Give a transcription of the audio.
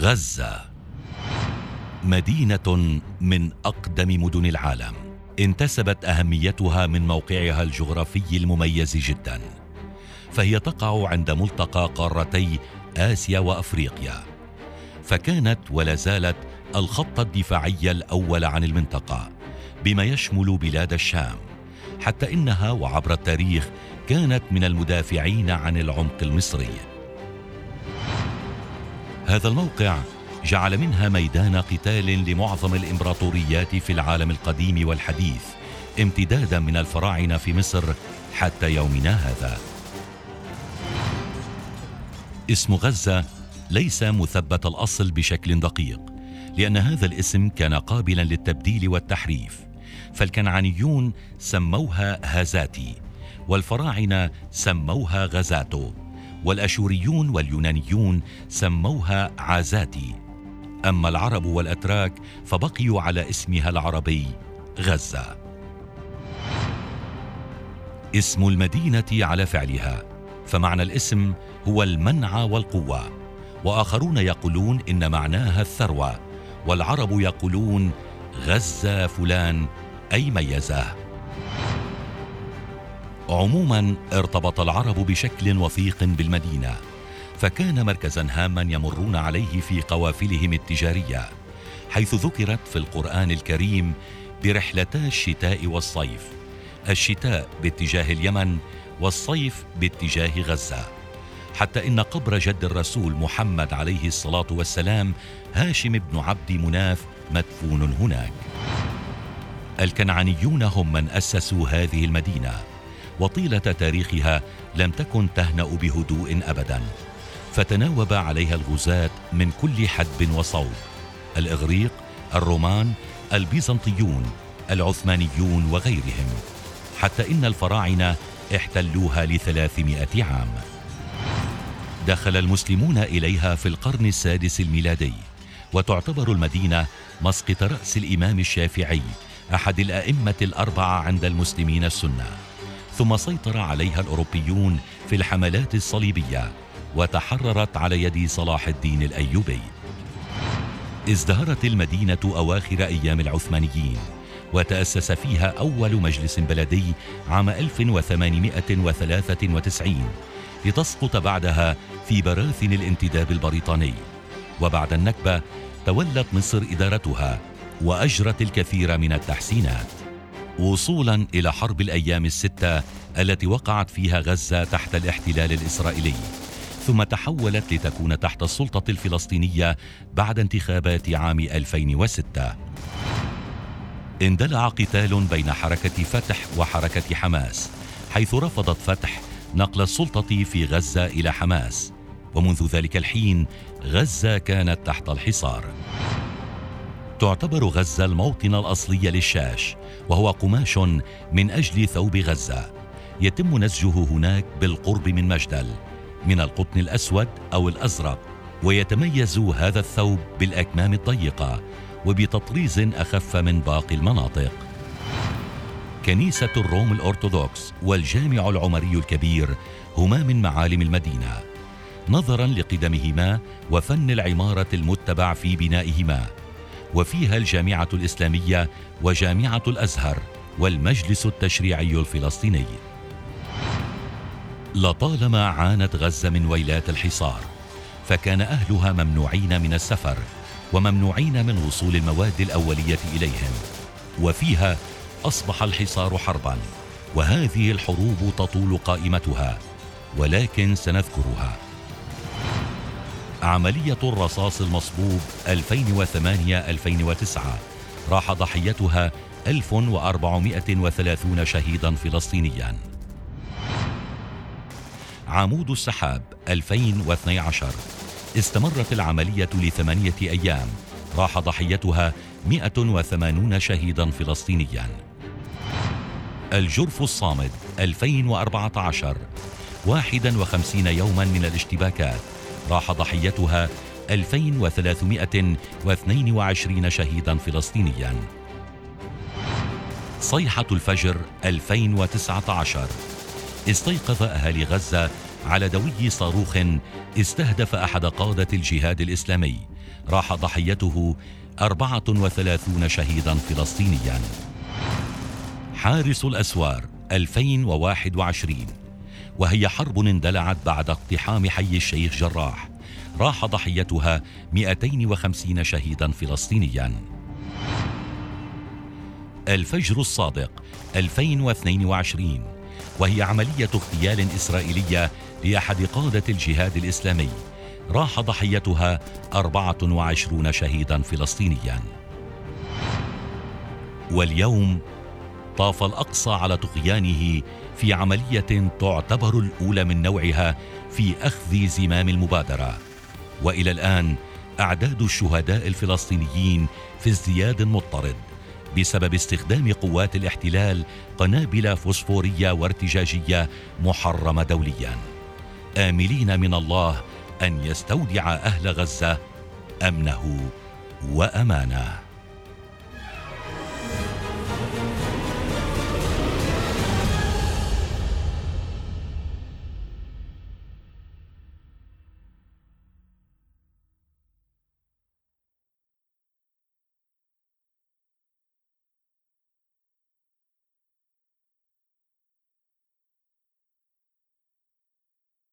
غزة مدينة من أقدم مدن العالم، انتسبت أهميتها من موقعها الجغرافي المميز جدا، فهي تقع عند ملتقى قارتي آسيا وأفريقيا، فكانت ولا زالت الخط الدفاعي الأول عن المنطقة بما يشمل بلاد الشام، حتى إنها وعبر التاريخ كانت من المدافعين عن العمق المصري. هذا الموقع جعل منها ميدان قتال لمعظم الإمبراطوريات في العالم القديم والحديث، امتدادا من الفراعنة في مصر حتى يومنا هذا. اسم غزة ليس مثبت الأصل بشكل دقيق، لأن هذا الاسم كان قابلا للتبديل والتحريف، فالكنعانيون سموها هازاتي، والفراعنة سموها غزاتو، والأشوريون واليونانيون سموها عازاتي، أما العرب والأتراك فبقيوا على اسمها العربي غزة. اسم المدينة على فعلها، فمعنى الاسم هو المنع والقوة، وآخرون يقولون إن معناها الثروة، والعرب يقولون غزة فلان أي ميزه. عموما ارتبط العرب بشكل وثيق بالمدينة، فكان مركزا هاما يمرون عليه في قوافلهم التجارية، حيث ذكرت في القرآن الكريم برحلتا الشتاء والصيف، الشتاء باتجاه اليمن والصيف باتجاه غزة، حتى إن قبر جد الرسول محمد عليه الصلاة والسلام هاشم بن عبد مناف مدفون هناك. الكنعانيون هم من أسسوا هذه المدينة، وطيلة تاريخها لم تكن تهنأ بهدوء أبدا، فتناوب عليها الغزاة من كل حدب وصوب: الإغريق، الرومان، البيزنطيون، العثمانيون وغيرهم، حتى إن الفراعنة احتلوها ل300 عام. دخل المسلمون إليها في القرن السادس الميلادي، وتعتبر المدينة مسقط رأس الإمام الشافعي أحد الأئمة الأربعة عند المسلمين السنة، ثم سيطر عليها الأوروبيون في الحملات الصليبية، وتحررت على يد صلاح الدين الأيوبي. ازدهرت المدينة أواخر أيام العثمانيين، وتأسس فيها أول مجلس بلدي عام 1893، لتسقط بعدها في براثن الانتداب البريطاني. وبعد النكبة تولت مصر إدارتها، وأجرت الكثير من التحسينات، وصولا إلى حرب الأيام الستة التي وقعت فيها غزة تحت الاحتلال الإسرائيلي، ثم تحولت لتكون تحت السلطة الفلسطينية بعد انتخابات عام 2006. اندلع قتال بين حركة فتح وحركة حماس، حيث رفضت فتح نقل السلطة في غزة إلى حماس، ومنذ ذلك الحين غزة كانت تحت الحصار. تعتبر غزة الموطن الأصلي للشاش، وهو قماش من أجل ثوب غزة، يتم نسجه هناك بالقرب من مجدل من القطن الأسود أو الأزرق، ويتميز هذا الثوب بالأكمام الضيقة وبتطريز أخف من باقي المناطق. كنيسة الروم الأرثوذكس والجامع العمري الكبير هما من معالم المدينة، نظرا لقدمهما وفن العمارة المتبع في بنائهما، وفيها الجامعة الإسلامية وجامعة الأزهر والمجلس التشريعي الفلسطيني. لطالما عانت غزة من ويلات الحصار، فكان أهلها ممنوعين من السفر وممنوعين من وصول المواد الأولية إليهم، وفيها أصبح الحصار حربا، وهذه الحروب تطول قائمتها، ولكن سنذكرها. عملية الرصاص المصبوب 2008-2009 راح ضحيتها 1430 شهيدا فلسطينيا. عمود السحاب 2012 استمرت العملية ل8 أيام، راح ضحيتها 180 شهيدا فلسطينيا. الجرف الصامد 2014 51 يوما من الاشتباكات، راح ضحيتها 2322 شهيدا فلسطينيا. صيحة الفجر 2019 استيقظ أهالي غزة على دوي صاروخ استهدف أحد قادة الجهاد الإسلامي، راح ضحيته 34 شهيدا فلسطينيا. حارس الأسوار 2021، وهي حرب اندلعت بعد اقتحام حي الشيخ جراح، راح ضحيتها 250 شهيدا فلسطينيا. الفجر الصادق 2022، وهي عملية اغتيال إسرائيلية لأحد قادة الجهاد الإسلامي، راح ضحيتها 24 شهيدا فلسطينيا. واليوم طاف الأقصى على طغيانه في عملية تعتبر الأولى من نوعها في أخذ زمام المبادرة، وإلى الآن أعداد الشهداء الفلسطينيين في ازدياد مضطرد بسبب استخدام قوات الاحتلال قنابل فوسفورية وارتجاجية محرمة دوليا، آملين من الله أن يستودع أهل غزة أمنه وأمانه.